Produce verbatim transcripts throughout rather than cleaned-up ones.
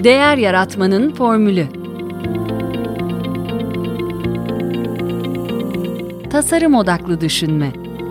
Değer yaratmanın formülü. Tasarım odaklı düşünme.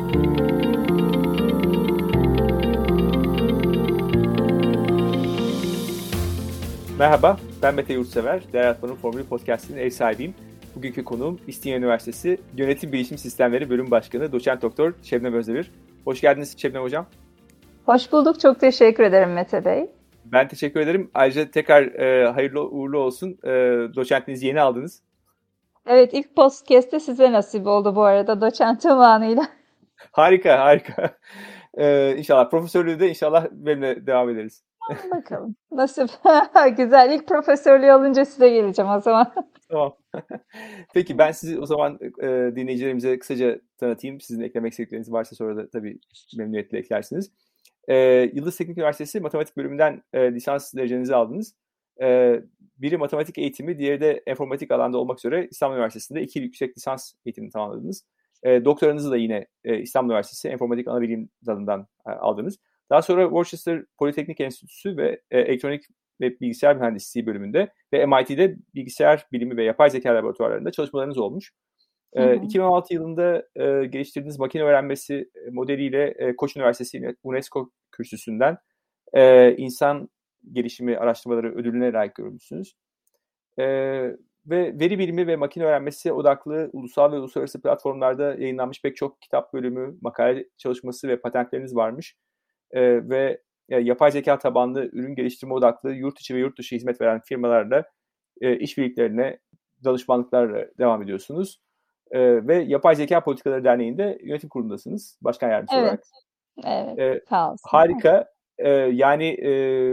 Merhaba, ben Mete Yurtsever. Değer Yaratmanın Formülü Podcast'inin ev sahibiyim. Bugünkü konuğum İstinye Üniversitesi Yönetim Bilişim Sistemleri Bölüm Başkanı Doçent Doktor Şebnem Özdemir. Hoş geldiniz Şebnem Hocam. Hoş bulduk. Çok teşekkür ederim Mete Bey. Ben teşekkür ederim. Ayrıca tekrar e, hayırlı uğurlu olsun. E, doçentliğinizi yeni aldınız. Evet, ilk podcast'te size nasip oldu bu arada doçent unvanıyla. Harika, harika. E, inşallah profesörlüğü de inşallah benimle devam ederiz. Bakalım. Nasip. Güzel. İlk profesörlüğü alınca size geleceğim o zaman. Tamam. Peki ben sizi o zaman e, dinleyicilerimize kısaca tanıtayım. Sizin eklemek istedikleriniz varsa sonra da tabii memnuniyetle eklersiniz. E, Yıldız Teknik Üniversitesi Matematik Bölümünden e, lisans derecenizi aldınız. E, biri matematik eğitimi, diğeri de informatik alanda olmak üzere İstanbul Üniversitesi'nde iki yüksek lisans eğitimini tamamladınız. E, doktoranızı da yine e, İstanbul Üniversitesi Informatik Anabilim dalından e, aldınız. Daha sonra Worcester Politeknik Enstitüsü ve e, Elektronik ve Bilgisayar Mühendisliği bölümünde ve M I T'de bilgisayar bilimi ve yapay zeka laboratuvarlarında çalışmalarınız olmuş. Hı hı. E, iki bin on altı yılında e, geliştirdiğiniz makine öğrenmesi modeliyle e, Koç Üniversitesi UNESCO kürsüsünden e, insan gelişimi araştırmaları ödülüne layık görülmüşsünüz. E, ve veri bilimi ve makine öğrenmesi odaklı ulusal ve uluslararası platformlarda yayınlanmış pek çok kitap bölümü, makale çalışması ve patentleriniz varmış. E, ve e, yapay zeka tabanlı ürün geliştirme odaklı yurt içi ve yurt dışı hizmet veren firmalarla e, işbirliklerine, danışmanlıklarla devam ediyorsunuz. E, ve Yapay Zeka Politikaları Derneği'nde yönetim kurulundasınız, başkan yardımcısı evet. olarak. Evet, e, sağ olsun. Harika. E, yani e,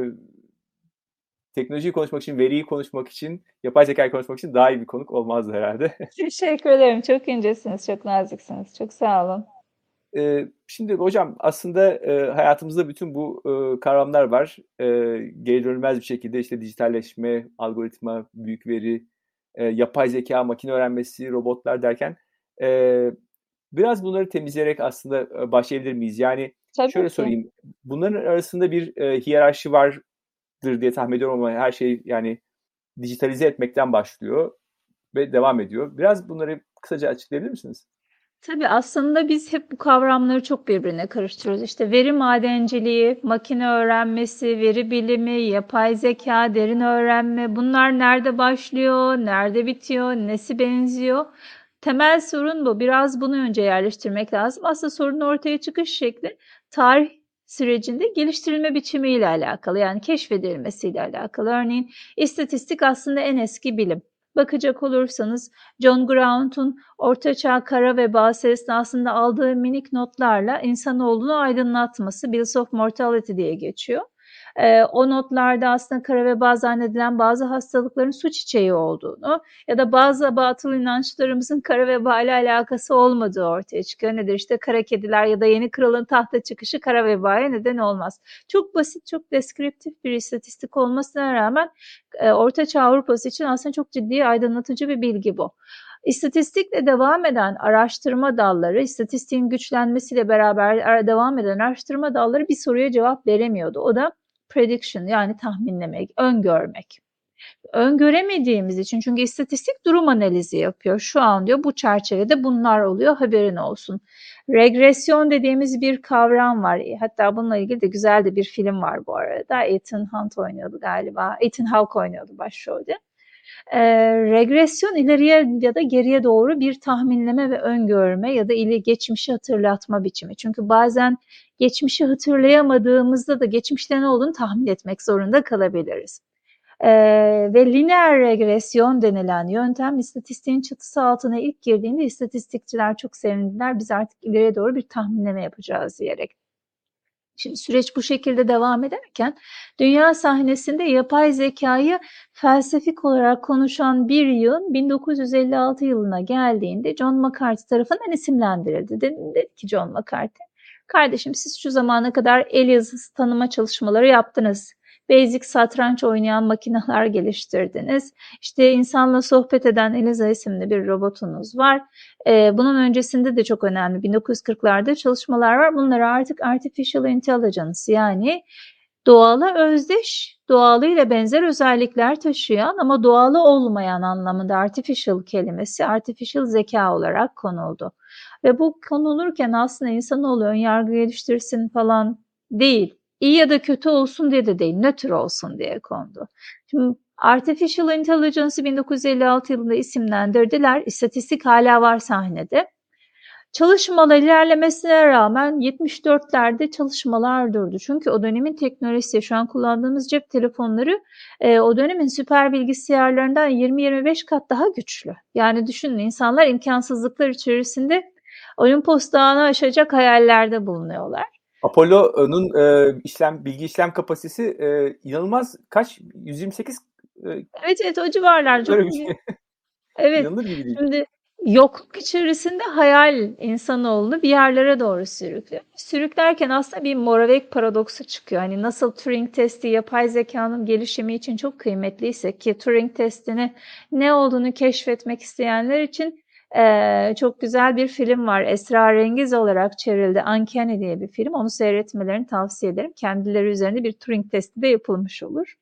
teknolojiyi konuşmak için, veriyi konuşmak için, yapay zekayı konuşmak için daha iyi bir konuk olmazdı herhalde. Teşekkür ederim. Çok incesiniz, çok naziksiniz. Çok sağ olun. Ee, şimdi hocam aslında e, hayatımızda bütün bu e, kavramlar var. E, geri dönülmez bir şekilde işte dijitalleşme, algoritma, büyük veri, e, yapay zeka, makine öğrenmesi, robotlar derken e, biraz bunları temizleyerek aslında e, başlayabilir miyiz? Yani Tabii şöyle ki. sorayım, bunların arasında bir e, hiyerarşi vardır diye tahmin ediyorum ama her şey yani dijitalize etmekten başlıyor ve devam ediyor. Biraz bunları kısaca açıklayabilir misiniz? Tabii aslında biz hep bu kavramları çok birbirine karıştırıyoruz. İşte veri madenciliği, makine öğrenmesi, veri bilimi, yapay zeka, derin öğrenme bunlar nerede başlıyor, nerede bitiyor, nesi benziyor? Temel sorun bu. Biraz bunu önce yerleştirmek lazım. Aslında sorunun ortaya çıkış şekli tarih sürecinde geliştirilme biçimiyle alakalı, yani keşfedilmesiyle alakalı. Örneğin istatistik aslında en eski bilim. Bakacak olursanız John Graunt'un Ortaçağ kara vebası esnasında aldığı minik notlarla insanoğlunu aydınlatması Bills of Mortality diye geçiyor. Ee, o notlarda aslında kara veba zannedilen bazı hastalıkların su çiçeği olduğunu ya da bazı batıl inançlarımızın kara veba ile alakası olmadığı ortaya çıkıyor. Nedir? İşte kara kediler ya da yeni kralın tahta çıkışı kara vebaya neden olmaz. Çok basit, çok deskriptif bir istatistik olmasına rağmen e, Ortaçağ Avrupası için aslında çok ciddi aydınlatıcı bir bilgi bu. İstatistikle devam eden araştırma dalları, istatistiğin güçlenmesiyle beraber devam eden araştırma dalları bir soruya cevap veremiyordu. O da prediction, yani tahminlemek, öngörmek. Öngöremediğimiz için, çünkü istatistik durum analizi yapıyor. Şu an diyor bu çerçevede bunlar oluyor, haberin olsun. Regresyon dediğimiz bir kavram var. Hatta bununla ilgili de güzel de bir film var bu arada. Ethan Hunt oynuyordu galiba. Ethan Hawke oynuyordu başrolde. Ee, regresyon ileriye ya da geriye doğru bir tahminleme ve öngörme ya da ili geçmişi hatırlatma biçimi. Çünkü bazen geçmişi hatırlayamadığımızda da geçmişte ne olduğunu tahmin etmek zorunda kalabiliriz. Ee, ve lineer regresyon denilen yöntem istatistiğin çatısı altına ilk girdiğinde istatistikçiler çok sevindiler. Biz artık ileriye doğru bir tahminleme yapacağız diyerek. Şimdi süreç bu şekilde devam ederken dünya sahnesinde yapay zekayı felsefik olarak konuşan bir yıl bin dokuz yüz elli altı yılına geldiğinde John McCarthy tarafından isimlendirildi. Dedi, dedi ki John McCarthy, kardeşim siz şu zamana kadar el yazısı tanıma çalışmaları yaptınız. Basic satranç oynayan makineler geliştirdiniz. İşte insanla sohbet eden Eliza isimli bir robotunuz var. Ee, bunun öncesinde de çok önemli bin dokuz yüz kırklarda çalışmalar var. Bunları artık artificial intelligence, yani doğala özdeş, doğalıyla benzer özellikler taşıyan ama doğalı olmayan anlamında artificial kelimesi artificial zeka olarak konuldu. Ve bu konulurken aslında insanoğlu önyargı geliştirsin falan değil. İyi ya da kötü olsun diye de değil, nötr olsun diye kondu. Şimdi Artificial Intelligence'ı bin dokuz yüz elli altı yılında isimlendirdiler. İstatistik hala var sahnede. Çalışmalar ilerlemesine rağmen yetmiş dörtlerde çalışmalar durdu. Çünkü o dönemin teknolojisi, şu an kullandığımız cep telefonları e, o dönemin süper bilgisayarlarından yirmi yirmi beş kat daha güçlü. Yani düşünün, insanlar imkansızlıklar içerisinde Olimpos Dağı'nı aşacak hayallerde bulunuyorlar. Apollo'nun e, işlem bilgi işlem kapasitesi e, inanılmaz, kaç? yüz yirmi sekiz e, Evet evet, o civarlar çok böyle bir iyi. şey. Evet. İnanılır gibi değil. Şimdi yokluk içerisinde hayal insanoğlunu bir yerlere doğru sürüklüyor. Sürüklerken aslında bir Moravec paradoksu çıkıyor. Hani nasıl Turing testi yapay zekanın gelişimi için çok kıymetliyse, ki Turing testini ne olduğunu keşfetmek isteyenler için eee, çok güzel bir film var. Esrarengiz olarak çevrildi. Uncanny diye bir film. Onu seyretmelerini tavsiye ederim. Kendileri üzerinde bir Turing testi de yapılmış olur.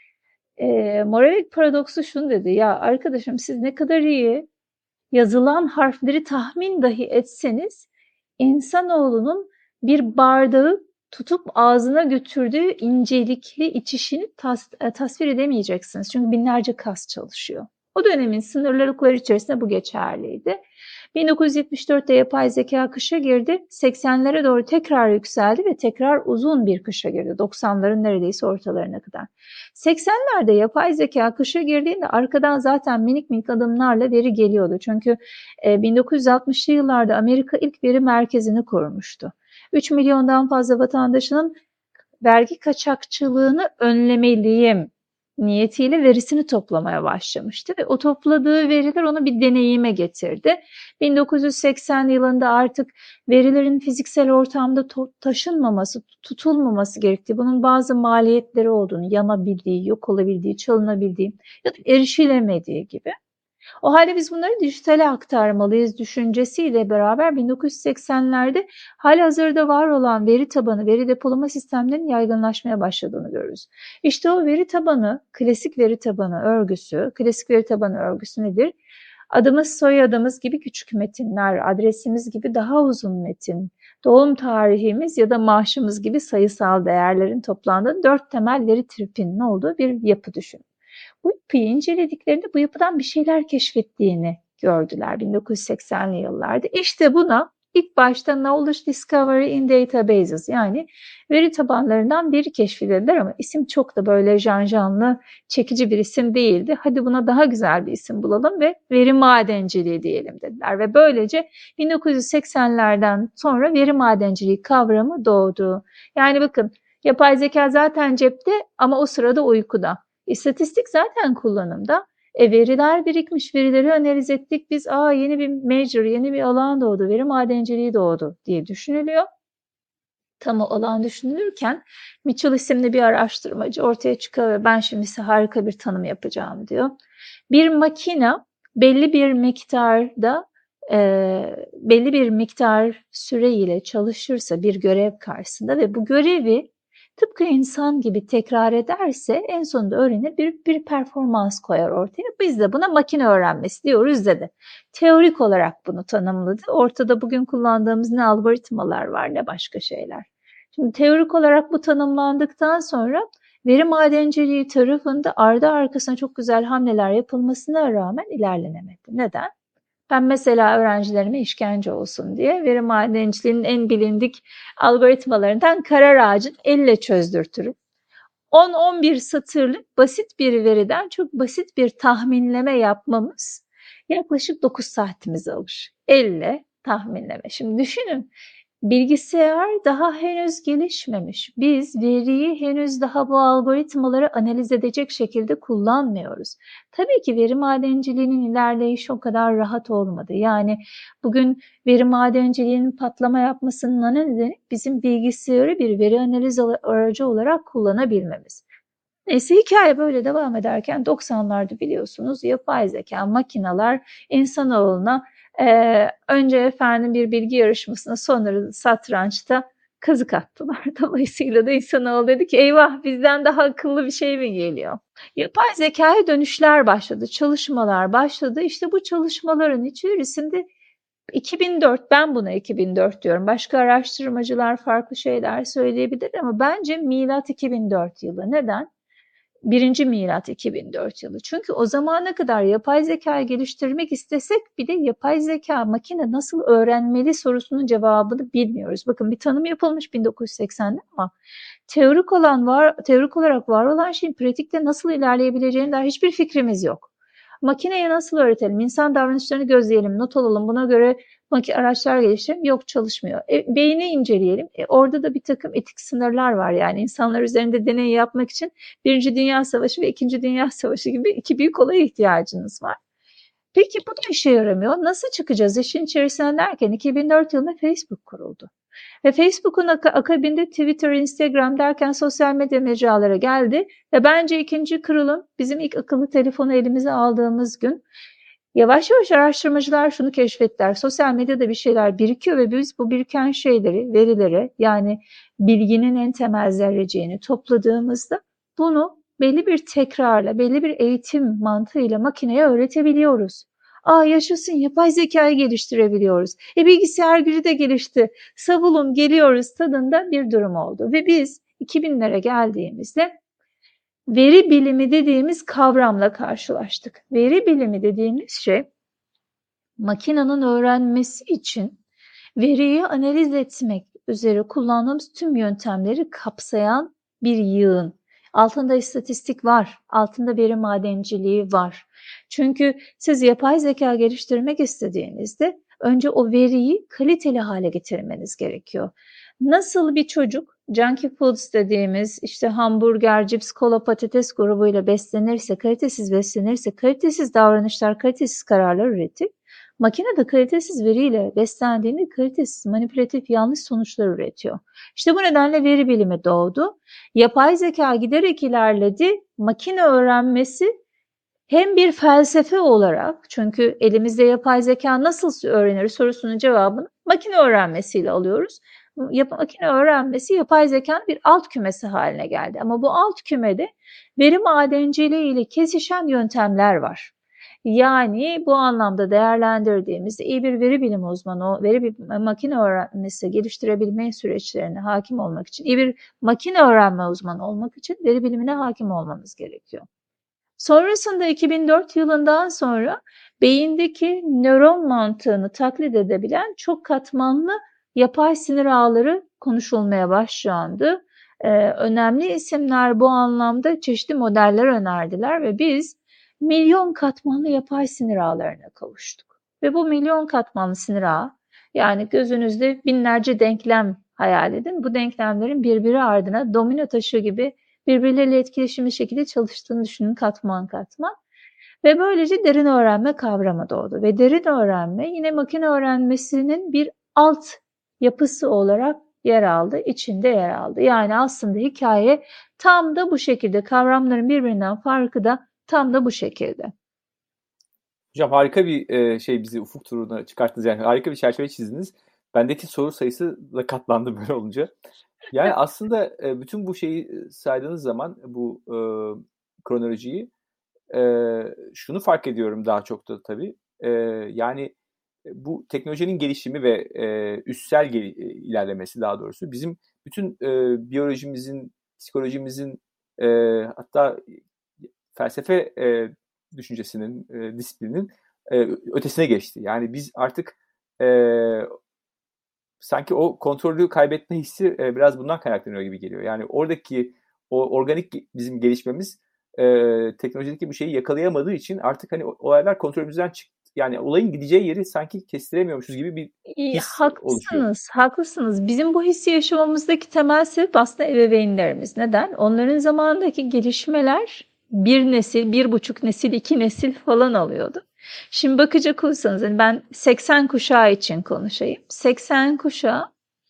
E, Moravec paradoksu şunu dedi: ya arkadaşım, siz ne kadar iyi yazılan harfleri tahmin dahi etseniz insanoğlunun bir bardağı tutup ağzına götürdüğü incelikli içişini tas tasvir edemeyeceksiniz. Çünkü binlerce kas çalışıyor. O dönemin sınırlılıkları içerisinde bu geçerliydi. bin dokuz yüz yetmiş dörtte yapay zeka kışa girdi. seksenlere doğru tekrar yükseldi ve tekrar uzun bir kışa girdi. doksanların neredeyse ortalarına kadar. seksenlerde yapay zeka kışa girdiğinde arkadan zaten minik minik adımlarla veri geliyordu. Çünkü bin dokuz yüz altmışlı yıllarda Amerika ilk veri merkezini kurmuştu. üç milyondan fazla vatandaşının vergi kaçakçılığını önlemeliyim niyetiyle verisini toplamaya başlamıştı ve o topladığı veriler onu bir deneyime getirdi. bin dokuz yüz seksen yılında artık verilerin fiziksel ortamda taşınmaması, tutulmaması gerektiği, bunun bazı maliyetleri olduğunu, yanabildiği, yok olabildiği, çalınabildiği ya da erişilemediği gibi. O halde biz bunları dijitale aktarmalıyız düşüncesiyle beraber bin dokuz yüz seksenlerde halihazırda var olan veri tabanı, veri depolama sistemlerinin yaygınlaşmaya başladığını görürüz. İşte o veri tabanı, klasik veri tabanı örgüsü, klasik veri tabanı örgüsü nedir? Adımız, soyadımız gibi küçük metinler, adresimiz gibi daha uzun metin, doğum tarihimiz ya da maaşımız gibi sayısal değerlerin toplandığı dört temel veri tipinin olduğu bir yapı düşün. Bu yapıyı incelediklerinde bu yapıdan bir şeyler keşfettiğini gördüler bin dokuz yüz seksenli yıllarda. İşte buna ilk başta Knowledge Discovery in Databases, yani veri tabanlarından biri keşfedildiler, ama isim çok da böyle janjanlı, çekici bir isim değildi. Hadi buna daha güzel bir isim bulalım ve veri madenciliği diyelim dediler. Ve böylece bin dokuz yüz seksenlerden sonra veri madenciliği kavramı doğdu. Yani bakın, yapay zeka zaten cepte ama o sırada uykuda. İstatistik zaten kullanımda. E, veriler birikmiş, verileri analiz ettik. Biz aa yeni bir major, yeni bir alan doğdu, veri madenciliği doğdu diye düşünülüyor. Tam o alan düşünülürken Mitchell isimli bir araştırmacı ortaya çıkıyor ve ben şimdi size harika bir tanım yapacağım diyor. Bir makine belli bir miktarda e, belli bir miktar süreyle çalışırsa bir görev karşısında ve bu görevi tıpkı insan gibi tekrar ederse en sonunda öğrenir, bir, bir performans koyar ortaya. Biz de buna makine öğrenmesi diyoruz dedi. Teorik olarak bunu tanımladı. Ortada bugün kullandığımız ne algoritmalar var ne başka şeyler. Şimdi teorik olarak bu tanımlandıktan sonra veri madenciliği tarafında ardı arkasına çok güzel hamleler yapılmasına rağmen ilerlenemedi. Neden? Ben mesela öğrencilerime işkence olsun diye veri madenciliğinin en bilindik algoritmalarından karar ağacını elle çözdürtürüm. on on bir satırlık basit bir veriden çok basit bir tahminleme yapmamız yaklaşık dokuz saatimizi alır. Elle tahminleme. Şimdi düşünün, bilgisayar daha henüz gelişmemiş. Biz veriyi henüz daha bu algoritmaları analiz edecek şekilde kullanmıyoruz. Tabii ki veri madenciliğinin ilerleyişi o kadar rahat olmadı. Yani bugün veri madenciliğinin patlama yapmasının nedeni bizim bilgisayarı bir veri analiz aracı olarak kullanabilmemiz. Neyse, hikaye böyle devam ederken doksanlarda biliyorsunuz yapay zeka, makineler insanoğluna Ee, önce efendim bir bilgi yarışmasına, sonra satrançta kazık attılar. Dolayısıyla da insanoğlu dedi ki eyvah bizden daha akıllı bir şey mi geliyor? Yapay zekâya dönüşler başladı, çalışmalar başladı. İşte bu çalışmaların içerisinde iki bin dört, ben buna iki bin dört diyorum. Başka araştırmacılar farklı şeyler söyleyebilir ama bence milat iki bin dört yılı. Neden? Birinci milat iki bin dört yılı. Çünkü o zamana kadar yapay zekayı geliştirmek istesek bile yapay zeka, makine nasıl öğrenmeli sorusunun cevabını bilmiyoruz. Bakın bir tanım yapılmış bin dokuz yüz seksende ama teorik olan var, teorik olarak var olan şeyin pratikte nasıl ilerleyebileceğine dair hiçbir fikrimiz yok. Makineye nasıl öğretelim? İnsan davranışlarını gözleyelim, not alalım. Buna göre araçlar geliştirelim. Yok, çalışmıyor. E, beyni inceleyelim. E, orada da bir takım etik sınırlar var. Yani insanlar üzerinde deney yapmak için Birinci Dünya Savaşı ve İkinci Dünya Savaşı gibi iki büyük olaya ihtiyacınız var. Peki bu da işe yaramıyor. Nasıl çıkacağız işin içerisinden derken iki bin dört yılında Facebook kuruldu. Ve Facebook'un ak- akabinde Twitter, Instagram derken sosyal medya mecraları geldi. Ve bence ikinci kırılım bizim ilk akıllı telefonu elimize aldığımız gün. Yavaş yavaş araştırmacılar şunu keşfettiler. Sosyal medyada bir şeyler birikiyor ve biz bu biriken şeyleri, verileri, yani bilginin en temel zerreciğini topladığımızda bunu belli bir tekrarla, belli bir eğitim mantığıyla makineye öğretebiliyoruz. Aa, yaşasın, yapay zekayı geliştirebiliyoruz. E bilgisayar gücü de gelişti. Savulun, geliyoruz tadında bir durum oldu. Ve biz iki binlere geldiğimizde veri bilimi dediğimiz kavramla karşılaştık. Veri bilimi dediğimiz şey makinenin öğrenmesi için veriyi analiz etmek üzere kullandığımız tüm yöntemleri kapsayan bir yığın. Altında istatistik var, altında veri madenciliği var. Çünkü siz yapay zeka geliştirmek istediğinizde önce o veriyi kaliteli hale getirmeniz gerekiyor. Nasıl bir çocuk junkie foods dediğimiz işte hamburger, cips, kola, patates grubuyla beslenirse, kalitesiz beslenirse, kalitesiz davranışlar, kalitesiz kararlar üretir. Makine de kalitesiz veriyle beslendiğinde kalitesiz, manipülatif, yanlış sonuçlar üretiyor. İşte bu nedenle veri bilimi doğdu. Yapay zeka giderek ilerledi. Makine öğrenmesi hem bir felsefe olarak, çünkü elimizde yapay zeka nasıl öğrenir sorusunun cevabını makine öğrenmesiyle alıyoruz. Yap, makine öğrenmesi yapay zekanın bir alt kümesi haline geldi. Ama bu alt kümede veri madenciliği ile kesişen yöntemler var. Yani bu anlamda değerlendirdiğimizde iyi bir veri bilimi uzmanı, o veri bir makine öğrenmesi geliştirebilme süreçlerine hakim olmak için, iyi bir makine öğrenme uzmanı olmak için veri bilimine hakim olmamız gerekiyor. Sonrasında iki bin dört yılından sonra beyindeki nöron mantığını taklit edebilen çok katmanlı yapay sinir ağları konuşulmaya başlandı. Ee, önemli isimler bu anlamda çeşitli modeller önerdiler ve biz milyon katmanlı yapay sinir ağlarına kavuştuk. Ve bu milyon katmanlı sinir ağı, yani gözünüzde binlerce denklem hayal edin. Bu denklemlerin birbiri ardına domino taşı gibi birbirleriyle etkileşimli şekilde çalıştığını düşünün, katman katman. Ve böylece derin öğrenme kavramı doğdu. Ve derin öğrenme yine makine öğrenmesinin bir alt yapısı olarak yer aldı, içinde yer aldı. Yani aslında hikaye tam da bu şekilde, kavramların birbirinden farkı da tam da bu şekilde. Hocam harika bir e, şey bizi ufuk turuna çıkarttınız. Yani harika bir çerçeve çizdiniz. Bendeki soru sayısı da katlandı böyle olunca. Yani aslında e, bütün bu şeyi saydığınız zaman bu e, kronolojiyi e, şunu fark ediyorum daha çok da tabii. E, yani bu teknolojinin gelişimi ve e, üstsel gel- ilerlemesi daha doğrusu bizim bütün e, biyolojimizin, psikolojimizin e, hatta felsefe e, düşüncesinin, e, disiplinin e, ötesine geçti. Yani biz artık e, sanki o kontrolü kaybetme hissi e, biraz bundan kaynaklanıyor gibi geliyor. Yani oradaki o organik bizim gelişmemiz e, teknolojideki bu şeyi yakalayamadığı için artık hani olaylar kontrolümüzden çıktı. Yani olayın gideceği yeri sanki kestiremiyormuşuz gibi bir his haklısınız, oluşuyor. haklısınız. Bizim bu hissi yaşamamızdaki temel sebep aslında ebeveynlerimiz. Neden? Onların zamanındaki gelişmeler bir nesil, bir buçuk nesil, iki nesil falan alıyordu. Şimdi bakacak olursanız, yani ben seksen kuşağı için konuşayım. seksen kuşağı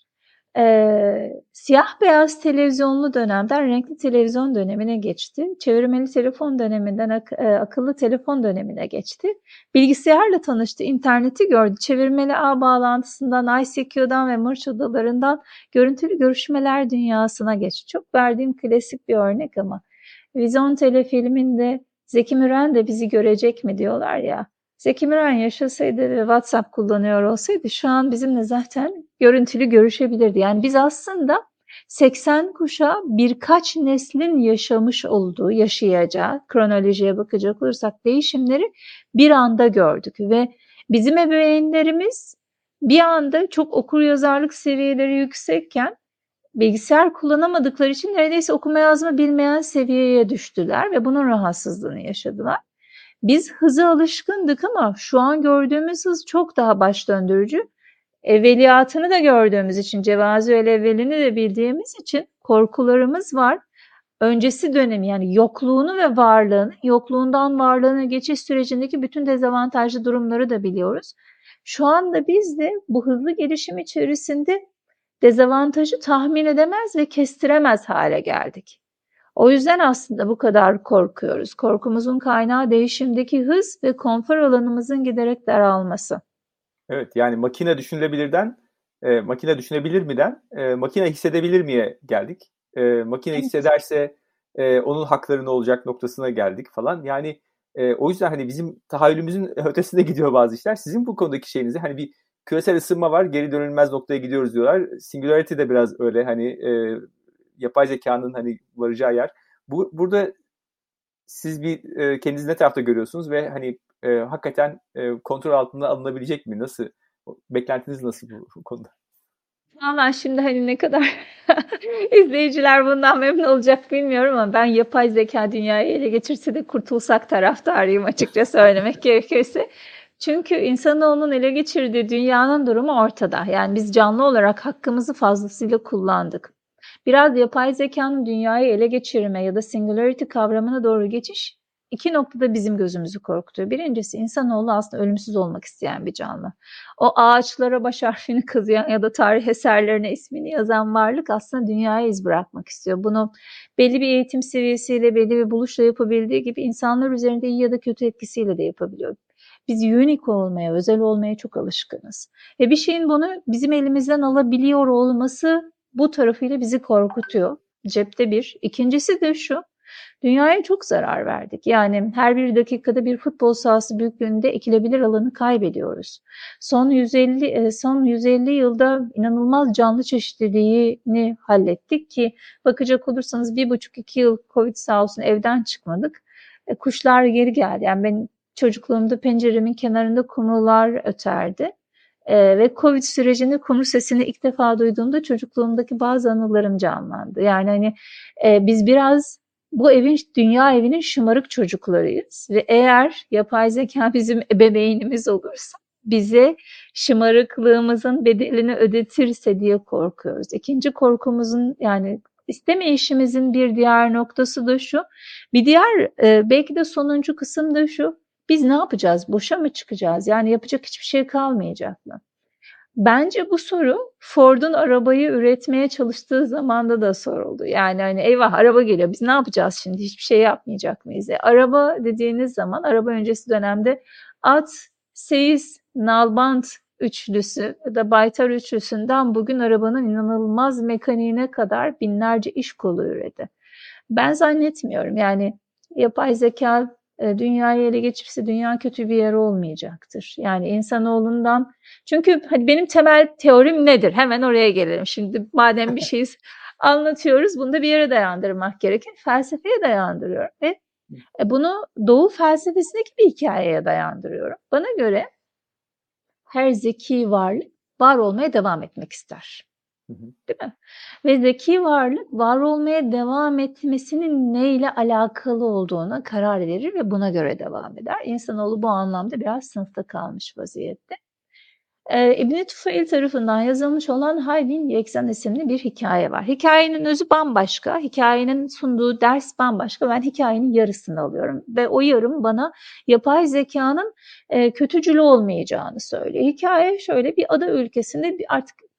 Ee, siyah beyaz televizyonlu dönemden renkli televizyon dönemine geçti. Çevirmeli telefon döneminden ak- e, akıllı telefon dönemine geçti. Bilgisayarla tanıştı, interneti gördü. Çevirmeli ağ bağlantısından, I C Q'dan ve Mırç odalarından görüntülü görüşmeler dünyasına geçti. Çok verdiğim klasik bir örnek ama Vizontele filminde Zeki Müren de bizi görecek mi diyorlar ya. Zeki Müren yaşasaydı ve WhatsApp kullanıyor olsaydı şu an bizimle zaten görüntülü görüşebilirdi. Yani biz aslında seksen kuşağı birkaç neslin yaşamış olduğu, yaşayacağı, kronolojiye bakacak olursak değişimleri bir anda gördük ve bizim ebeveynlerimiz bir anda çok okuryazarlık seviyeleri yüksekken bilgisayar kullanamadıkları için neredeyse okuma yazma bilmeyen seviyeye düştüler ve bunun rahatsızlığını yaşadılar. Biz hıza alışkındık ama şu an gördüğümüz hız çok daha baş döndürücü. Evveliyatını da gördüğümüz için, Cevazül evvelini de bildiğimiz için korkularımız var. Öncesi dönemi yani yokluğunu ve varlığını, yokluğundan varlığına geçiş sürecindeki bütün dezavantajlı durumları da biliyoruz. Şu anda biz de bu hızlı gelişim içerisinde dezavantajı tahmin edemez ve kestiremez hale geldik. O yüzden aslında bu kadar korkuyoruz. Korkumuzun kaynağı değişimdeki hız ve konfor alanımızın giderek daralması. Evet, yani makine düşünülebilirden, e, makine düşünebilir miden, e, makine hissedebilir miye geldik. E, makine Evet. hissederse e, onun hakları ne olacak noktasına geldik falan. Yani e, o yüzden hani bizim tahayyülümüzün ötesinde gidiyor bazı işler. Sizin bu konudaki şeyinizi hani bir küresel ısınma var, geri dönülmez noktaya gidiyoruz diyorlar. Singularity de biraz öyle hani e, yapay zekanın hani varacağı yer. Bu burada siz bir e, kendinizi ne tarafta görüyorsunuz ve hani e, hakikaten e, kontrol altında alınabilecek mi? Nasıl? Beklentiniz nasıl bu, bu konuda? Vallahi şimdi hani ne kadar izleyiciler bundan memnun olacak bilmiyorum ama ben yapay zeka dünyayı ele geçirse de kurtulsak taraftarıyım açıkça söylemek gerekirse. Çünkü insanoğlunun ele geçirdiği dünyanın durumu ortada. Yani biz canlı olarak hakkımızı fazlasıyla kullandık. Biraz yapay zekanın dünyayı ele geçirme ya da singularity kavramına doğru geçiş iki noktada bizim gözümüzü korkutuyor. Birincisi insanoğlu aslında ölümsüz olmak isteyen bir canlı. O ağaçlara baş harfini kazıyan ya da tarih eserlerine ismini yazan varlık aslında dünyaya iz bırakmak istiyor. Bunu belli bir eğitim seviyesiyle, belli bir buluşla yapabildiği gibi insanlar üzerinde iyi ya da kötü etkisiyle de yapabiliyor. Biz unique olmaya, özel olmaya çok alışkınız. Ve bir şeyin bunu bizim elimizden alabiliyor olması bu tarafıyla bizi korkutuyor. Cepte bir. İkincisi de şu. Dünyaya çok zarar verdik. Yani her bir dakikada bir futbol sahası büyüklüğünde ekilebilir alanı kaybediyoruz. Son yüz elli son yüz elli yılda inanılmaz canlı çeşitliliğini hallettik ki bakacak olursanız bir buçuk iki yıl Covid sağ olsun evden çıkmadık. E, kuşlar geri geldi. Yani ben çocukluğumda penceremin kenarında kumrular öterdi. Ee, ve Covid sürecinde kumru sesini ilk defa duyduğumda çocukluğumdaki bazı anılarım canlandı. Yani hani e, biz biraz bu evin, dünya evinin şımarık çocuklarıyız ve eğer yapay zeka bizim ebeveynimiz olursa bize şımarıklığımızın bedelini ödetirse diye korkuyoruz. İkinci korkumuzun yani istemeyişimizin bir diğer noktası da şu. Bir diğer e, belki de sonuncu kısım da şu. Biz ne yapacağız? Boşa mı çıkacağız? Yani yapacak hiçbir şey kalmayacak mı? Bence bu soru Ford'un arabayı üretmeye çalıştığı zamanda da soruldu. Yani hani eyvah araba geliyor biz ne yapacağız şimdi hiçbir şey yapmayacak mıyız? E, araba dediğiniz zaman araba öncesi dönemde at, seyis, nalbant üçlüsü ya da baytar üçlüsünden bugün arabanın inanılmaz mekaniğine kadar binlerce iş kolu üredi. Ben zannetmiyorum yani yapay zeka dünyayı ele geçirse dünya kötü bir yer olmayacaktır. Yani insanoğlundan çünkü hani benim temel teorim nedir? Hemen oraya gelelim. Şimdi madem bir şeyi anlatıyoruz bunu da bir yere dayandırmak gerekir. Felsefeye dayandırıyorum ve bunu Doğu felsefesindeki bir hikayeye dayandırıyorum. Bana göre her zeki varlık var olmaya devam etmek ister. Değil mi? Ve zeki varlık var olmaya devam etmesinin neyle alakalı olduğuna karar verir ve buna göre devam eder. İnsanoğlu bu anlamda biraz sınıfta kalmış vaziyette. Ee, İbn-i Tufayl tarafından yazılmış olan Haybin Yeksan isimli bir hikaye var. Hikayenin özü bambaşka, hikayenin sunduğu ders bambaşka. Ben hikayenin yarısını alıyorum ve o yarım bana yapay zekanın e, kötücül olmayacağını söylüyor. Hikaye şöyle bir ada ülkesinde bir artık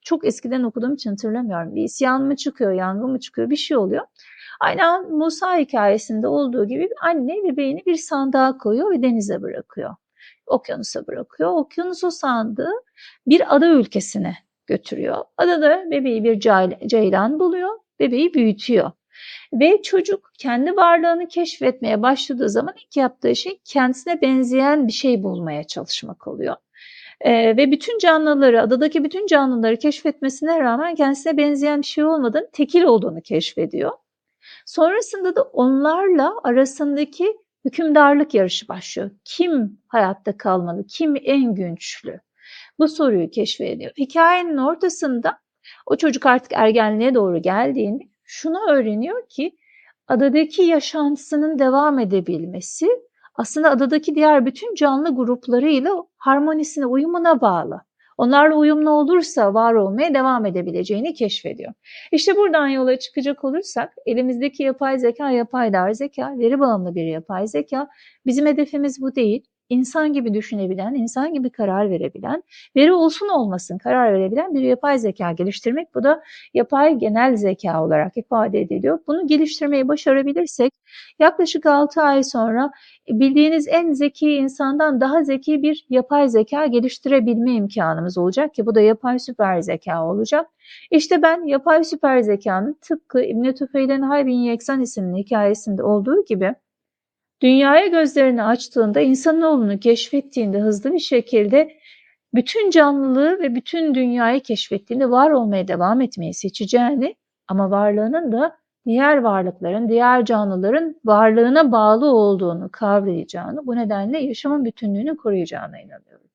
çok eskiden okuduğum için hatırlamıyorum. Bir isyan mı çıkıyor, yangın mı çıkıyor, bir şey oluyor. Aynen Musa hikayesinde olduğu gibi anne bebeğini bir sandığa koyuyor ve denize bırakıyor. Okyanusa bırakıyor. Okyanus o sandığı bir ada ülkesine götürüyor. Adada bebeği bir ceylan buluyor. Bebeği büyütüyor. Ve çocuk kendi varlığını keşfetmeye başladığı zaman ilk yaptığı şey kendisine benzeyen bir şey bulmaya çalışmak oluyor. Ee, ve bütün canlıları, adadaki bütün canlıları keşfetmesine rağmen kendisine benzeyen bir şey olmadan tekil olduğunu keşfediyor. Sonrasında da onlarla arasındaki hükümdarlık yarışı başlıyor. Kim hayatta kalmalı, kim en güçlü? Bu soruyu keşfediyor. Hikayenin ortasında o çocuk artık ergenliğe doğru geldiğinde şunu öğreniyor ki adadaki yaşantısının devam edebilmesi aslında adadaki diğer bütün canlı gruplarıyla harmonisine, uyumuna bağlı. Onlarla uyumlu olursa var olmaya devam edebileceğini keşfediyor. İşte buradan yola çıkacak olursak elimizdeki yapay zeka, yapay zeka, veri bağımlı bir yapay zeka. Bizim hedefimiz bu değil. İnsan gibi düşünebilen, insan gibi karar verebilen, veri olsun olmasın karar verebilen bir yapay zeka geliştirmek. Bu da yapay genel zeka olarak ifade ediliyor. Bunu geliştirmeyi başarabilirsek yaklaşık altı ay sonra bildiğiniz en zeki insandan daha zeki bir yapay zeka geliştirebilme imkanımız olacak ki bu da yapay süper zeka olacak. İşte ben yapay süper zekanın tıpkı İbn Tufeil'in Hay bin Yeksan isimli hikayesinde olduğu gibi dünyaya gözlerini açtığında, insanoğlunu keşfettiğinde hızlı bir şekilde bütün canlılığı ve bütün dünyayı keşfettiğinde var olmaya devam etmeyi seçeceğini ama varlığının da diğer varlıkların, diğer canlıların varlığına bağlı olduğunu kavrayacağını, bu nedenle yaşamın bütünlüğünü koruyacağına inanıyorum.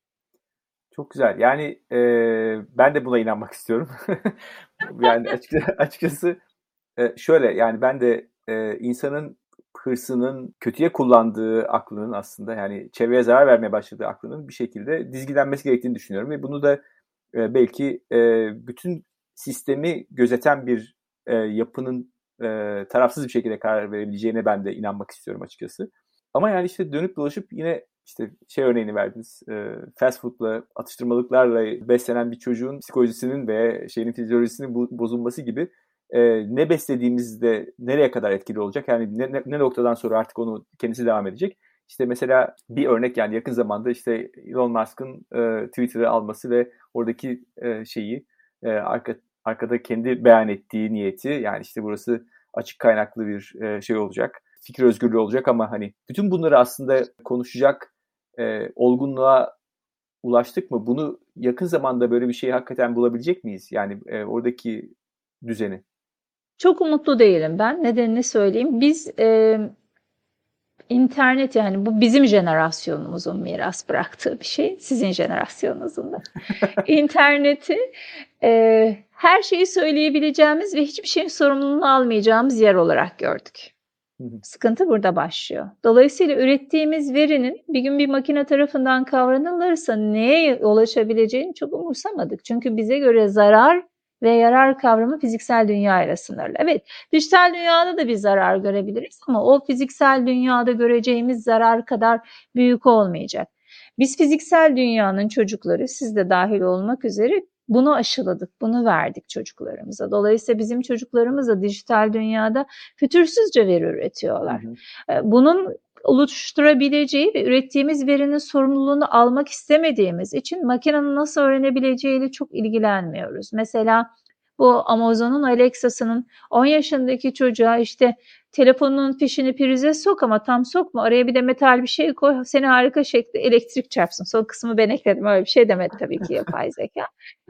Çok güzel. Yani e, ben de buna inanmak istiyorum. Yani açıkçası, açıkçası e, şöyle yani ben de e, insanın hırsının, kötüye kullandığı aklının aslında yani çevreye zarar vermeye başladığı aklının bir şekilde dizgilenmesi gerektiğini düşünüyorum ve bunu da e, belki e, bütün sistemi gözeten bir e, yapının e, tarafsız bir şekilde karar verebileceğine ben de inanmak istiyorum açıkçası. Ama yani işte dönüp dolaşıp yine işte şey örneğini verdiniz. E, fast food'la, atıştırmalıklarla beslenen bir çocuğun psikolojisinin ve şeyin fizyolojisinin bozulması gibi e, ne beslediğimizde nereye kadar etkili olacak? Yani ne, ne, ne noktadan sonra artık onu kendisi devam edecek? İşte mesela bir örnek yani yakın zamanda işte Elon Musk'ın e, Twitter'ı alması ve oradaki e, şeyi e, arka, arkada kendi beyan ettiği niyeti yani işte burası açık kaynaklı bir e, şey olacak. Fikir özgürlüğü olacak ama hani bütün bunları aslında konuşacak e, olgunluğa ulaştık mı? Bunu yakın zamanda böyle bir şeyi hakikaten bulabilecek miyiz? Yani e, oradaki düzeni. Çok umutlu değilim ben. Nedenini söyleyeyim. Biz e, internet yani bu bizim jenerasyonumuzun miras bıraktığı bir şey. Sizin jenerasyonunuzun da. İnterneti e, her şeyi söyleyebileceğimiz ve hiçbir şeyin sorumluluğunu almayacağımız yer olarak gördük. Sıkıntı burada başlıyor. Dolayısıyla ürettiğimiz verinin bir gün bir makine tarafından kavranılırsa neye ulaşabileceğini çok umursamadık. Çünkü bize göre zarar ve yarar kavramı fiziksel dünya ile sınırlı. Evet, dijital dünyada da bir zarar görebiliriz ama o fiziksel dünyada göreceğimiz zarar kadar büyük olmayacak. Biz fiziksel dünyanın çocukları, siz de dahil olmak üzere bunu aşıladık, bunu verdik çocuklarımıza. Dolayısıyla bizim çocuklarımız da dijital dünyada fütursuzca veri üretiyorlar. Hı hı. Bunun oluşturabileceği ve ürettiğimiz verinin sorumluluğunu almak istemediğimiz için makinenin nasıl öğrenebileceğiyle çok ilgilenmiyoruz. Mesela bu Amazon'un Alexa'sının on yaşındaki çocuğa işte telefonun fişini prize sok ama tam sokma, araya bir de metal bir şey koy, seni harika şekilde elektrik çarpsın. Son kısmı ben ekledim, öyle bir şey demedi tabii ki yapay zeka.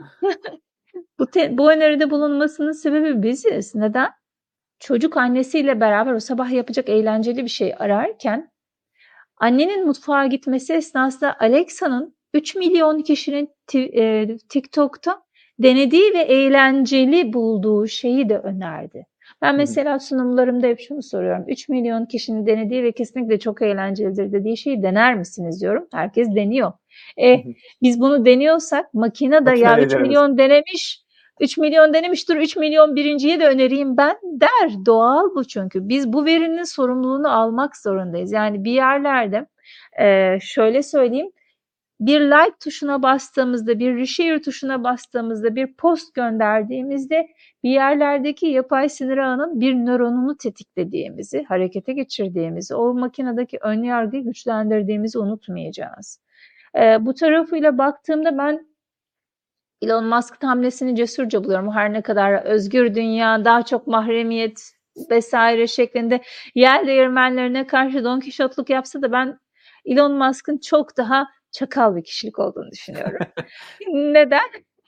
bu, te, bu öneride bulunmasının sebebi biziz. Neden? Çocuk annesiyle beraber o sabah yapacak eğlenceli bir şey ararken annenin mutfağa gitmesi esnasında Alexa'nın üç milyon kişinin e, TikTok'ta denediği ve eğlenceli bulduğu şeyi de önerdi. Ben mesela sunumlarımda hep şunu soruyorum. üç milyon kişinin denediği ve kesinlikle çok eğlencelidir dediği şeyi dener misiniz diyorum. Herkes deniyor. E, biz bunu deniyorsak makine de ya üç milyon denemiş, üç milyon denemiş, dur üç milyon birinciyi de önereyim ben der. Doğal bu çünkü. Biz bu verinin sorumluluğunu almak zorundayız. Yani bir yerlerde e, şöyle söyleyeyim. bir like tuşuna bastığımızda, bir reshare tuşuna bastığımızda, bir post gönderdiğimizde bir yerlerdeki yapay sinir ağının bir nöronunu tetiklediğimizi, harekete geçirdiğimizi, o makinedeki ön yargıyı güçlendirdiğimizi unutmayacağız. Ee, bu tarafıyla baktığımda ben Elon Musk'ın hamlesini cesurca buluyorum. Her ne kadar özgür dünya, daha çok mahremiyet vesaire şeklinde yer değirmenlerine karşı Don Kişotluk yapsa da ben Elon Musk'ın çok daha çakal bir kişilik olduğunu düşünüyorum. Neden?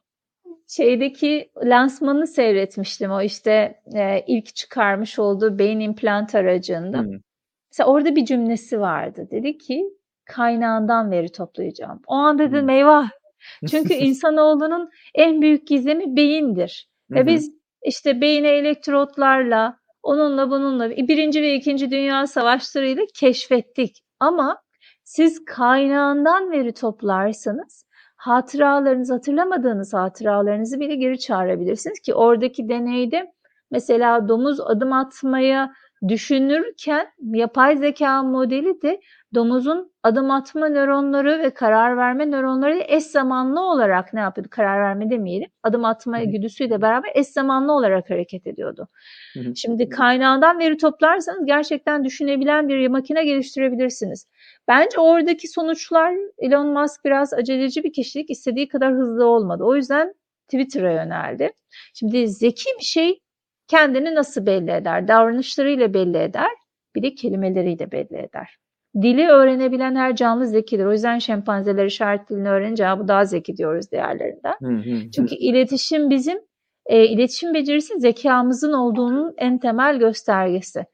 Şeydeki lansmanını seyretmiştim, o işte e, ilk çıkarmış olduğu beyin implant aracında. Hmm. Mesela orada bir cümlesi vardı. Dedi ki kaynağından veri toplayacağım. O an dedim hmm. eyvah. Çünkü insanoğlunun en büyük gizemi beyindir. Ve biz işte beyni elektrotlarla, onunla bununla birinci ve ikinci Dünya Savaşları'yla keşfettik. Ama siz kaynağından veri toplarsanız hatıralarınızı, hatırlamadığınız hatıralarınızı bile geri çağırabilirsiniz ki oradaki deneyde mesela domuz adım atmaya düşünürken yapay zeka modeli de domuzun adım atma nöronları ve karar verme nöronları eş zamanlı olarak ne yapıyordu? Karar verme demeyelim. Adım atma güdüsüyle beraber eş zamanlı olarak hareket ediyordu. Hı hı. Şimdi kaynağından veri toplarsanız gerçekten düşünebilen bir makine geliştirebilirsiniz. Bence oradaki sonuçlar, Elon Musk biraz aceleci bir kişilik, istediği kadar hızlı olmadı. O yüzden Twitter'a yöneldi. Şimdi zeki bir şey kendini nasıl belli eder? Davranışlarıyla belli eder, bir de kelimeleriyle belli eder. Dili öğrenebilen her canlı zekidir. O yüzden şempanzeler işaret dilini öğrenince bu daha zeki diyoruz diğerlerinden. Hı hı. Çünkü iletişim bizim, e, iletişim becerisi zekamızın olduğunun en temel göstergesi.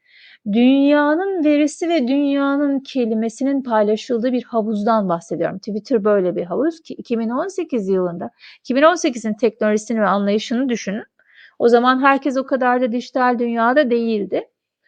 Dünyanın verisi ve dünyanın kelimesinin paylaşıldığı bir havuzdan bahsediyorum. Twitter böyle bir havuz ki iki bin on sekiz yılında, iki bin on sekizin teknolojisini ve anlayışını düşünün. O zaman herkes o kadar da dijital dünyada değildi.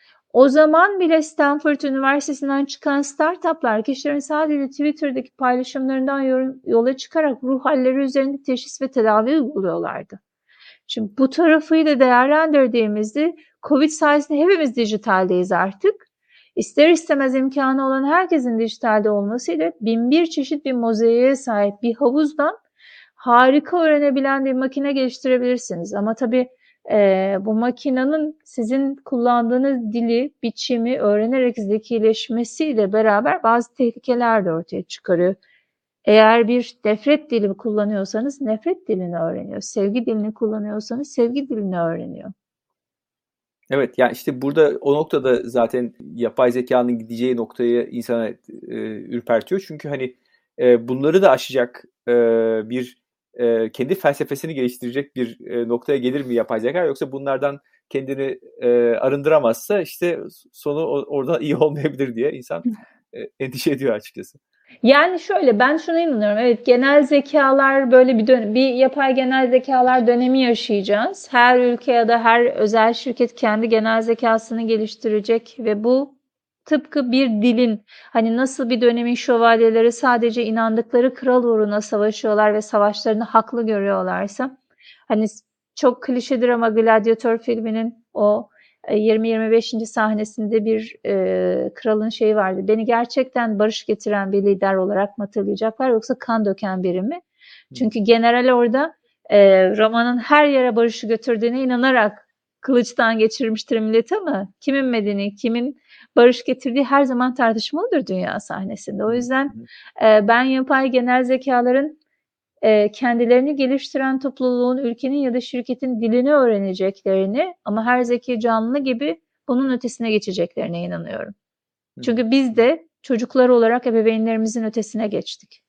O zaman bile Stanford Üniversitesi'nden çıkan startuplar kişilerin sadece Twitter'daki paylaşımlarından yola çıkarak ruh halleri üzerinde teşhis ve tedavi uyguluyorlardı. Şimdi bu tarafıyla değerlendirdiğimizde Covid sayesinde hepimiz dijitaldeyiz artık. İster istemez imkanı olan herkesin dijitalde olmasıyla bin bir çeşit bir mozaiğe sahip bir havuzdan harika öğrenebilen bir makine geliştirebilirsiniz. Ama tabii Ee, bu makinenin sizin kullandığınız dili, biçimi öğrenerek zekileşmesiyle beraber bazı tehlikeler de ortaya çıkarıyor. Eğer bir nefret dili kullanıyorsanız nefret dilini öğreniyor. Sevgi dilini kullanıyorsanız sevgi dilini öğreniyor. Evet, yani işte burada o noktada zaten yapay zekanın gideceği noktayı insana e, ürpertiyor. Çünkü hani e, bunları da aşacak e, bir E, kendi felsefesini geliştirecek bir e, noktaya gelir mi yapay zeka, yoksa bunlardan kendini e, arındıramazsa işte sonu o, orada iyi olmayabilir diye insan e, endişe ediyor açıkçası. Yani şöyle, ben şuna inanıyorum. Evet, genel zekalar böyle bir dönem, bir yapay genel zekalar dönemi yaşayacağız. Her ülke ya da her özel şirket kendi genel zekasını geliştirecek ve bu tıpkı bir dilin, hani nasıl bir dönemin şövalyeleri sadece inandıkları kral uğruna savaşıyorlar ve savaşlarını haklı görüyorlarsa, hani çok klişedir ama Gladiator filminin o yirmi yirmi beşinci sahnesinde bir e, kralın şeyi vardı. Beni gerçekten barış getiren bir lider olarak mı hatırlayacaklar yoksa kan döken biri mi? Çünkü general orada e, Roma'nın her yere barışı götürdüğüne inanarak kılıçtan geçirmiştir milleti, ama kimin medeni, kimin barış getirdiği her zaman tartışmalıdır dünya sahnesinde. O yüzden e, ben yapay genel zekaların e, kendilerini geliştiren topluluğun, ülkenin ya da şirketin dilini öğreneceklerini, ama her zeki canlı gibi bunun ötesine geçeceklerine inanıyorum. Çünkü biz de çocuklar olarak ebeveynlerimizin ötesine geçtik.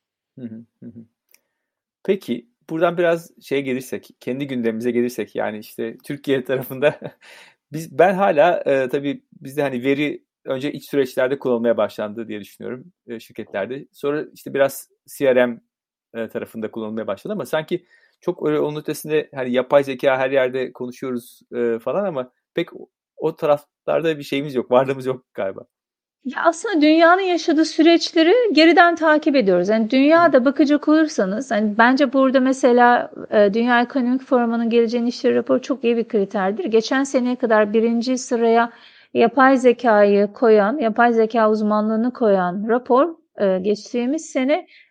Peki buradan biraz şeye gelirsek, kendi gündemimize gelirsek, yani işte Türkiye tarafında biz ben hala e, tabii bizde hani veri önce iç süreçlerde kullanılmaya başlandı diye düşünüyorum e, şirketlerde. Sonra işte biraz C R M e, tarafında kullanılmaya başladı, ama sanki çok öyle onun ötesinde hani yapay zeka her yerde konuşuyoruz e, falan, ama pek o, o taraflarda bir şeyimiz yok, varlığımız yok galiba. Ya aslında dünyanın yaşadığı süreçleri geriden takip ediyoruz. Yani dünyada bakacak olursanız, hani bence burada mesela e, Dünya Ekonomik Forumu'nun geleceğin işleri raporu çok iyi bir kriterdir. Geçen seneye kadar birinci sıraya yapay zekayı koyan, yapay zeka uzmanlığını koyan rapor e, geçtiğimiz sene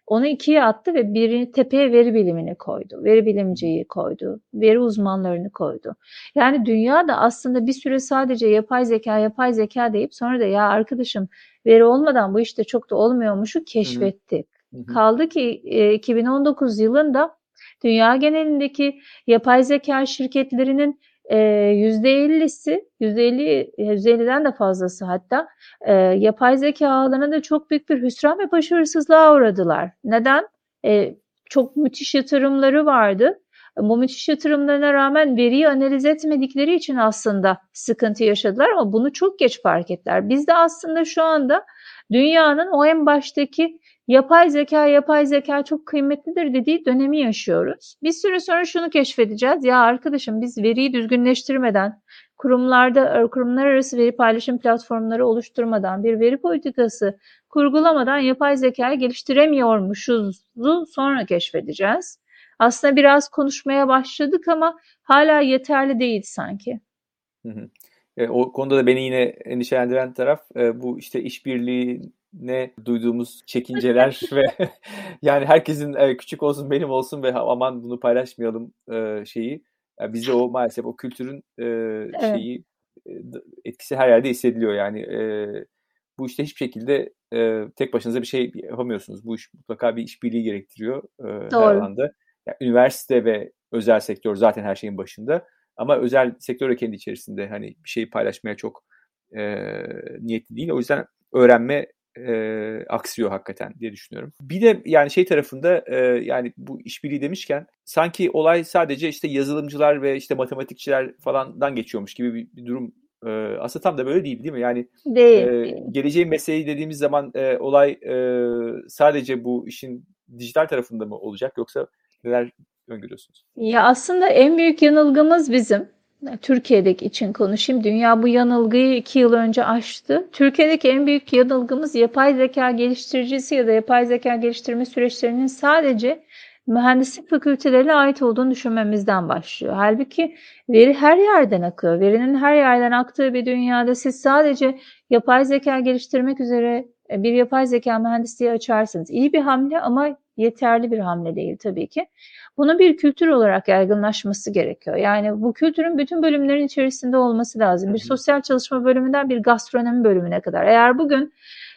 Onu ikiye attı ve birini tepeye veri bilimini koydu. Veri bilimciyi koydu. Veri uzmanlarını koydu. Yani dünya da aslında bir süre sadece yapay zeka, yapay zeka deyip sonra da ya arkadaşım veri olmadan bu işte çok da olmuyormuşu keşfettik. Hı hı. Kaldı ki iki bin on dokuz yılında dünya genelindeki yapay zeka şirketlerinin yüzde ellisi, yüzde elli, yüzde elliden de fazlası hatta e, yapay zeka alanında çok büyük bir hüsran ve başarısızlığa uğradılar. Neden? E, çok müthiş yatırımları vardı. Bu müthiş yatırımlarına rağmen veriyi analiz etmedikleri için aslında sıkıntı yaşadılar ama bunu çok geç fark ettiler. Biz de aslında şu anda dünyanın o en baştaki yapay zeka, yapay zeka çok kıymetlidir dediği dönemi yaşıyoruz. Bir süre sonra şunu keşfedeceğiz. Ya arkadaşım biz veriyi düzgünleştirmeden, kurumlarda kurumlar arası veri paylaşım platformları oluşturmadan, bir veri politikası kurgulamadan yapay zekayı geliştiremiyormuşuz. Sonra keşfedeceğiz. Aslında biraz konuşmaya başladık ama hala yeterli değil sanki. Hı hı. E, o konuda da beni yine endişelendiren taraf e, bu işte işbirliğine duyduğumuz çekinceler ve yani herkesin e, küçük olsun benim olsun ve aman bunu paylaşmayalım e, şeyi. Yani bizde o maalesef o kültürün e, şeyi e, etkisi her yerde hissediliyor yani. E, bu işte hiçbir şekilde e, tek başınıza bir şey yapamıyorsunuz. Bu iş mutlaka bir işbirliği gerektiriyor e, her alanda. Yani üniversite ve özel sektör zaten her şeyin başında. Ama özel sektör de kendi içerisinde hani bir şeyi paylaşmaya çok e, niyetli değil. O yüzden öğrenme e, aksıyor hakikaten diye düşünüyorum. Bir de yani şey tarafında e, yani bu işbirliği demişken sanki olay sadece işte yazılımcılar ve işte matematikçiler falandan geçiyormuş gibi bir, bir durum. E, aslında tam da böyle değil değil mi? Yani değil, e, değil. geleceğin mesleği dediğimiz zaman e, olay e, sadece bu işin dijital tarafında mı olacak yoksa neler öngörüyorsunuz? Ya aslında en büyük yanılgımız bizim. Türkiye'deki için konuşayım. Dünya bu yanılgıyı iki yıl önce aştı. Türkiye'deki en büyük yanılgımız yapay zeka geliştiricisi ya da yapay zeka geliştirme süreçlerinin sadece mühendislik fakültelerine ait olduğunu düşünmemizden başlıyor. Halbuki veri her yerden akıyor. Verinin her yerden aktığı bir dünyada siz sadece yapay zeka geliştirmek üzere bir yapay zeka mühendisliği açarsınız. İyi bir hamle ama yeterli bir hamle değil tabii ki. Bunun bir kültür olarak yaygınlaşması gerekiyor. Yani bu kültürün bütün bölümlerin içerisinde olması lazım. Bir sosyal çalışma bölümünden bir gastronomi bölümüne kadar. Eğer bugün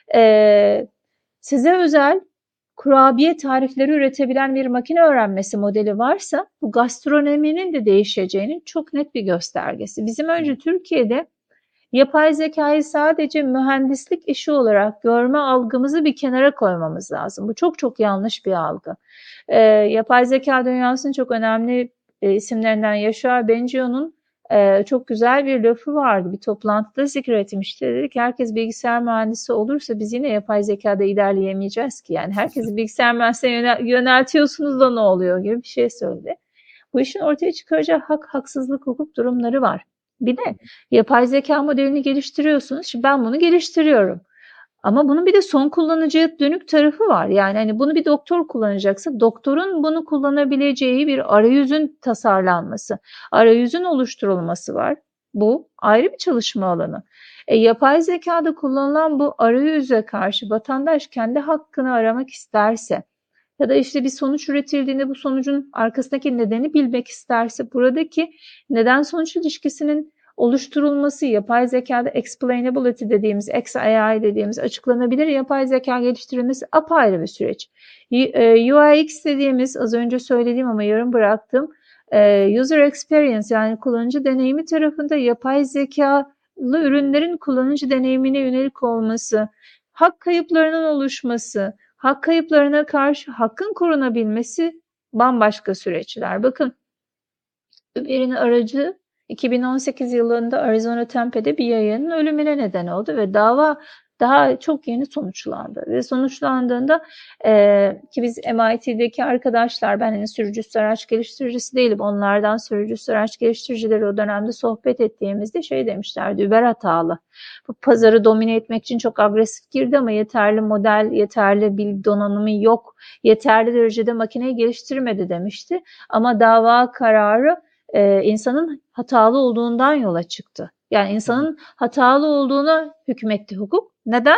e, size özel kurabiye tarifleri üretebilen bir makine öğrenmesi modeli varsa bu gastronominin de değişeceğinin çok net bir göstergesi. Bizim önce Türkiye'de yapay zekayı sadece mühendislik işi olarak görme algımızı bir kenara koymamız lazım. Bu çok çok yanlış bir algı. E, yapay zeka dünyasının çok önemli e, isimlerinden Yashar Bengio'nun e, çok güzel bir lafı vardı. Bir toplantıda zikretmişti. Dedi ki herkes bilgisayar mühendisi olursa biz yine yapay zekada ilerleyemeyeceğiz ki. Yani herkesi bilgisayar mühendisliğine yöneltiyorsunuz da ne oluyor gibi bir şey söyledi. Bu işin ortaya çıkaracağı hak, haksızlık, hukuk durumları var. Bir de yapay zeka modelini geliştiriyorsunuz. Şimdi ben bunu geliştiriyorum. Ama bunun bir de son kullanıcıya dönük tarafı var. Yani hani bunu bir doktor kullanacaksa doktorun bunu kullanabileceği bir arayüzün tasarlanması, arayüzün oluşturulması var. Bu ayrı bir çalışma alanı. E, yapay zekada kullanılan bu arayüze karşı vatandaş kendi hakkını aramak isterse ya da işte bir sonuç üretildiğinde bu sonucun arkasındaki nedeni bilmek isterse buradaki neden sonuç ilişkisinin oluşturulması, yapay zekada explainability dediğimiz, X A I dediğimiz açıklanabilir yapay zeka geliştirilmesi apayrı bir süreç. U I X dediğimiz az önce söylediğim ama yarım bıraktım. User experience yani kullanıcı deneyimi tarafında yapay zekalı ürünlerin kullanıcı deneyimine yönelik olması, hak kayıplarının oluşması, hak kayıplarına karşı hakkın korunabilmesi bambaşka süreçler. Bakın Uber'in aracı iki bin on sekiz yılında Arizona Tempe'de bir yayının ölümüne neden oldu ve dava daha çok yeni sonuçlandı. Ve sonuçlandığında e, ki biz M I T'deki arkadaşlar, ben hani sürücüsüz araç geliştiricisi değilim, onlardan sürücüsüz araç geliştiricileri o dönemde sohbet ettiğimizde şey demişlerdi, Uber hatalı. Bu pazarı domine etmek için çok agresif girdi ama yeterli model, yeterli bir donanımı yok, yeterli derecede makineyi geliştirmedi demişti. Ama dava kararı e, insanın hatalı olduğundan yola çıktı. Yani insanın hatalı olduğuna hükmetti hukuk. Neden?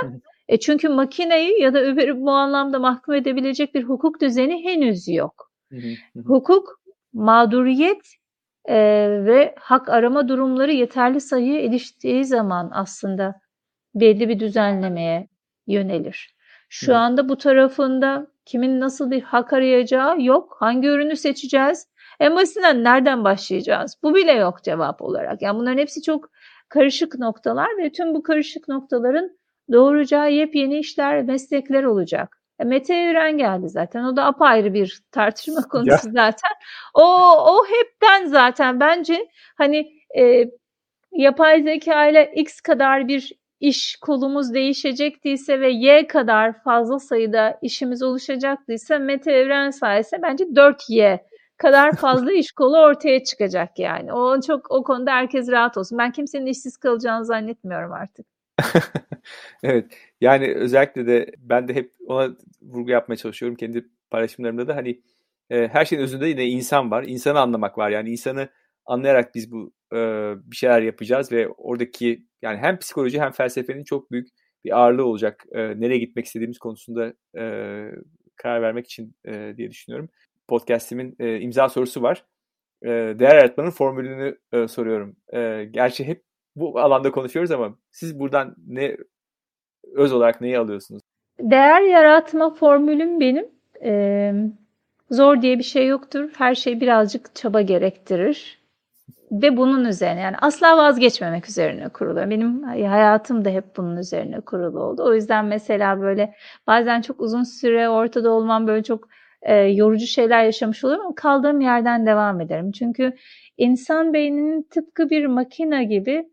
E çünkü makineyi ya da öbürü bu anlamda mahkum edebilecek bir hukuk düzeni henüz yok. Hı hı, hı. Hukuk, mağduriyet e, ve hak arama durumları yeterli sayıya eriştiği zaman aslında belli bir düzenlemeye yönelir. Şu Hı. anda bu tarafında kimin nasıl bir hak arayacağı yok. Hangi ürünü seçeceğiz? En basitinden nereden başlayacağız? Bu bile yok cevap olarak. Yani bunların hepsi çok karışık noktalar ve tüm bu karışık noktaların doğuracağı yepyeni işler, meslekler olacak. E, Mete Evren geldi zaten. O da apayrı bir tartışma konusu Ya. zaten. O o hepten zaten bence hani e, yapay zeka ile X kadar bir iş kolumuz değişecektiyse ve Y kadar fazla sayıda işimiz oluşacaktıysa Mete Evren sayesinde bence dört Y kadar fazla iş kolu ortaya çıkacak yani. O çok o konuda herkes rahat olsun. Ben kimsenin işsiz kalacağını zannetmiyorum artık. Evet. Yani özellikle de ben de hep ona vurgu yapmaya çalışıyorum kendi paylaşımlarımda da hani e, her şeyin özünde yine insan var. İnsanı anlamak var. Yani insanı anlayarak biz bu e, bir şeyler yapacağız ve oradaki yani hem psikoloji hem felsefenin çok büyük bir ağırlığı olacak. E, nereye gitmek istediğimiz konusunda e, karar vermek için e, diye düşünüyorum. Podcast'imin e, imza sorusu var. E, değer yaratmanın formülünü e, soruyorum. E, gerçi hep bu alanda konuşuyoruz ama siz buradan ne öz olarak neyi alıyorsunuz? Değer yaratma formülüm benim. Ee, zor diye bir şey yoktur. Her şey birazcık çaba gerektirir. Ve bunun üzerine yani asla vazgeçmemek üzerine kurulu. Benim hayatım da hep bunun üzerine kurulu oldu. O yüzden mesela böyle bazen çok uzun süre ortada olmam böyle çok e, yorucu şeyler yaşamış olurum ama kaldığım yerden devam ederim. Çünkü insan beyninin tıpkı bir makine gibi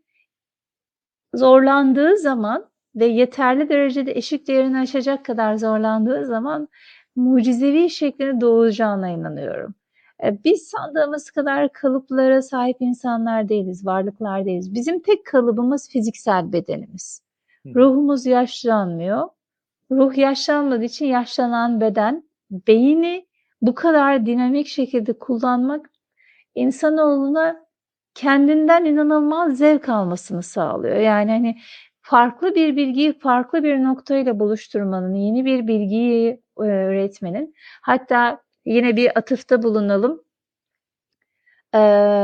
zorlandığı zaman ve yeterli derecede eşik değerini aşacak kadar zorlandığı zaman mucizevi şeklinde doğacağına inanıyorum. Biz sandığımız kadar kalıplara sahip insanlar değiliz, varlıklar değiliz. Bizim tek kalıbımız fiziksel bedenimiz. Ruhumuz yaşlanmıyor. Ruh yaşlanmadığı için yaşlanan beden, beyni bu kadar dinamik şekilde kullanmak insanoğluna kendinden inanılmaz zevk almasını sağlıyor. Yani hani farklı bir bilgiyi farklı bir noktayla buluşturmanın, yeni bir bilgiyi öğretmenin, hatta yine bir atıfta bulunalım. Ee,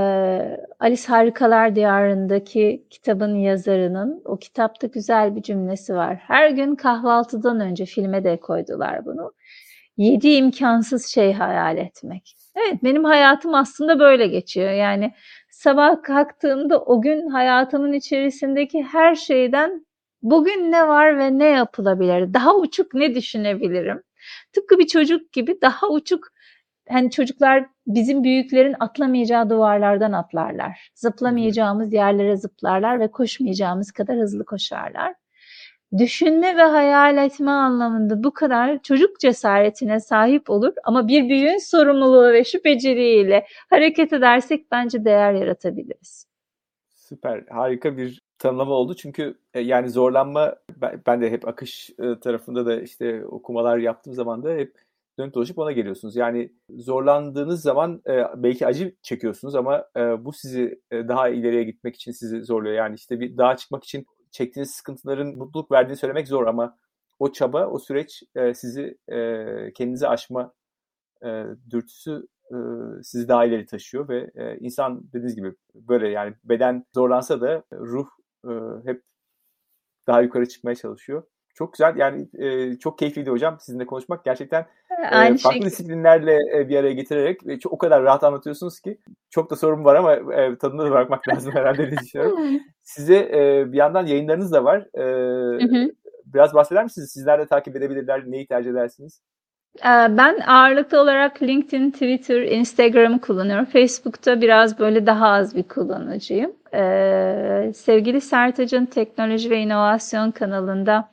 Alice Harikalar Diyarı'ndaki kitabın yazarının o kitapta güzel bir cümlesi var. Her gün kahvaltıdan önce filme de koydular bunu. Yedi imkansız şey hayal etmek. Evet, benim hayatım aslında böyle geçiyor. Yani sabah kalktığımda o gün hayatımın içerisindeki her şeyden bugün ne var ve ne yapılabilir? Daha uçuk ne düşünebilirim? Tıpkı bir çocuk gibi daha uçuk, hani çocuklar bizim büyüklerin atlamayacağı duvarlardan atlarlar. Zıplamayacağımız yerlere zıplarlar ve koşmayacağımız kadar hızlı koşarlar. Düşünme ve hayal etme anlamında bu kadar çocuk cesaretine sahip olur ama bir büyüğün sorumluluğu ve şu beceriyle hareket edersek bence değer yaratabiliriz. Süper, harika bir tanımlama oldu çünkü e, yani zorlanma ben, ben de hep akış e, tarafında da işte okumalar yaptığım zaman da hep dönüp dolaşıp ona geliyorsunuz. Yani zorlandığınız zaman e, belki acı çekiyorsunuz ama e, bu sizi e, daha ileriye gitmek için sizi zorluyor. Yani işte bir dağa çıkmak için çektiğiniz sıkıntıların mutluluk verdiğini söylemek zor ama o çaba, o süreç e, sizi e, kendinizi aşma e, dürtüsü e, sizi daha ileri taşıyor ve e, insan dediğiniz gibi böyle yani beden zorlansa da ruh e, hep daha yukarı çıkmaya çalışıyor. Çok güzel yani e, çok keyifliydi hocam sizinle konuşmak. Gerçekten e, farklı şekilde disiplinlerle e, bir araya getirerek ve çok, o kadar rahat anlatıyorsunuz ki çok da sorun var ama e, tadını da bırakmak lazım herhalde diye düşünüyorum. Size e, bir yandan yayınlarınız da var. E, hı hı. Biraz bahseder misiniz? Sizler de takip edebilirler. Neyi tercih edersiniz? Ben ağırlıklı olarak LinkedIn, Twitter, Instagram'ı kullanıyorum. Facebook'ta biraz böyle daha az bir kullanıcıyım. Ee, sevgili Sertac'ın Teknoloji ve İnovasyon kanalında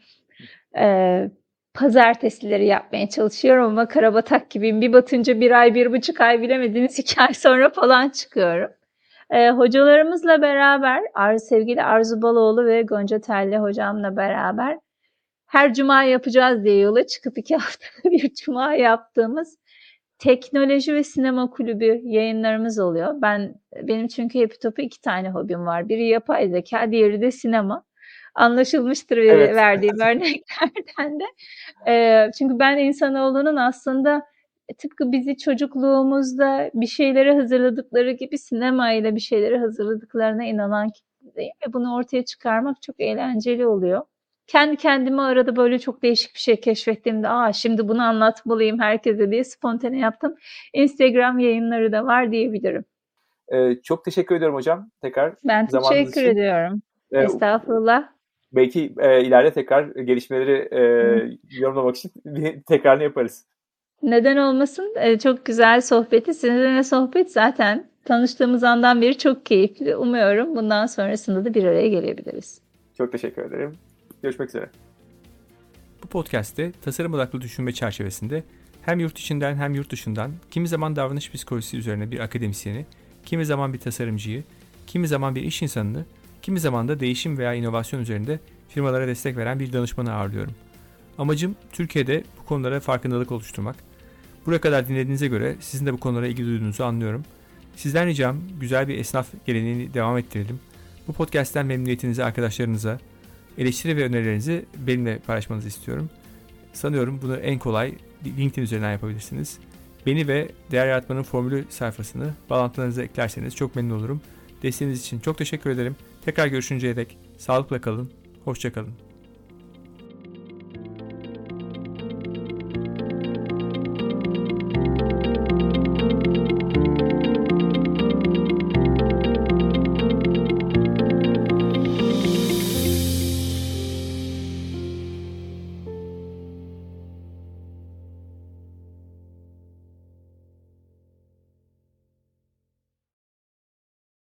e, pazartesileri yapmaya çalışıyorum ama karabatak gibiyim. Bir batınca bir ay, bir buçuk ay bilemediniz iki ay sonra falan çıkıyorum. Ee, hocalarımızla beraber, sevgili Arzu Baloğlu ve Gonca Telli hocamla beraber her cuma yapacağız diye yola çıkıp iki haftada bir cuma yaptığımız teknoloji ve sinema kulübü yayınlarımız oluyor. Ben benim çünkü Happy Top'u iki tane hobim var. Biri yapay zeka, diğeri de sinema. anlaşılmıştır Evet. verdiğim örneklerden de. Ee, çünkü ben insanoğlunun aslında tıpkı bizi çocukluğumuzda bir şeylere hazırladıkları gibi sinemayla bir şeylere hazırladıklarına inanan kitleyim ve bunu ortaya çıkarmak çok eğlenceli oluyor. Kendi kendime arada böyle çok değişik bir şey keşfettiğimde aa şimdi bunu anlatmalıyım herkese diye spontane yaptım. Instagram yayınları da var diyebilirim. Ee, çok teşekkür ediyorum hocam tekrar Ben zamanınız teşekkür için. ediyorum. Ee, Estağfurullah. Belki e, ileride tekrar gelişmeleri e, yorumlamak için bir tekrarını yaparız. Neden olmasın? Ee, çok güzel sohbeti. Sizinle sohbet zaten tanıştığımız andan beri çok keyifli. Umuyorum bundan sonrasında da bir araya gelebiliriz. Çok teşekkür ederim. Görüşmek üzere. Bu podcast'te tasarım odaklı düşünme çerçevesinde hem yurt içinden hem yurt dışından kimi zaman davranış psikolojisi üzerine bir akademisyeni, kimi zaman bir tasarımcıyı, kimi zaman bir iş insanını, kimi zaman da değişim veya inovasyon üzerinde firmalara destek veren bir danışmanı ağırlıyorum. Amacım Türkiye'de bu konulara farkındalık oluşturmak. Buraya kadar dinlediğinize göre sizin de bu konulara ilgi duyduğunuzu anlıyorum. Sizden ricam güzel bir esnaf geleneğini devam ettirelim. Bu podcast'ten memnuniyetinizi arkadaşlarınıza, eleştiri ve önerilerinizi benimle paylaşmanızı istiyorum. Sanıyorum bunu en kolay LinkedIn üzerinden yapabilirsiniz. Beni ve Değer Yaratmanın Formülü sayfasını bağlantılarınıza eklerseniz çok memnun olurum. Desteğiniz için çok teşekkür ederim. Tekrar görüşünceye dek sağlıkla kalın, hoşça kalın.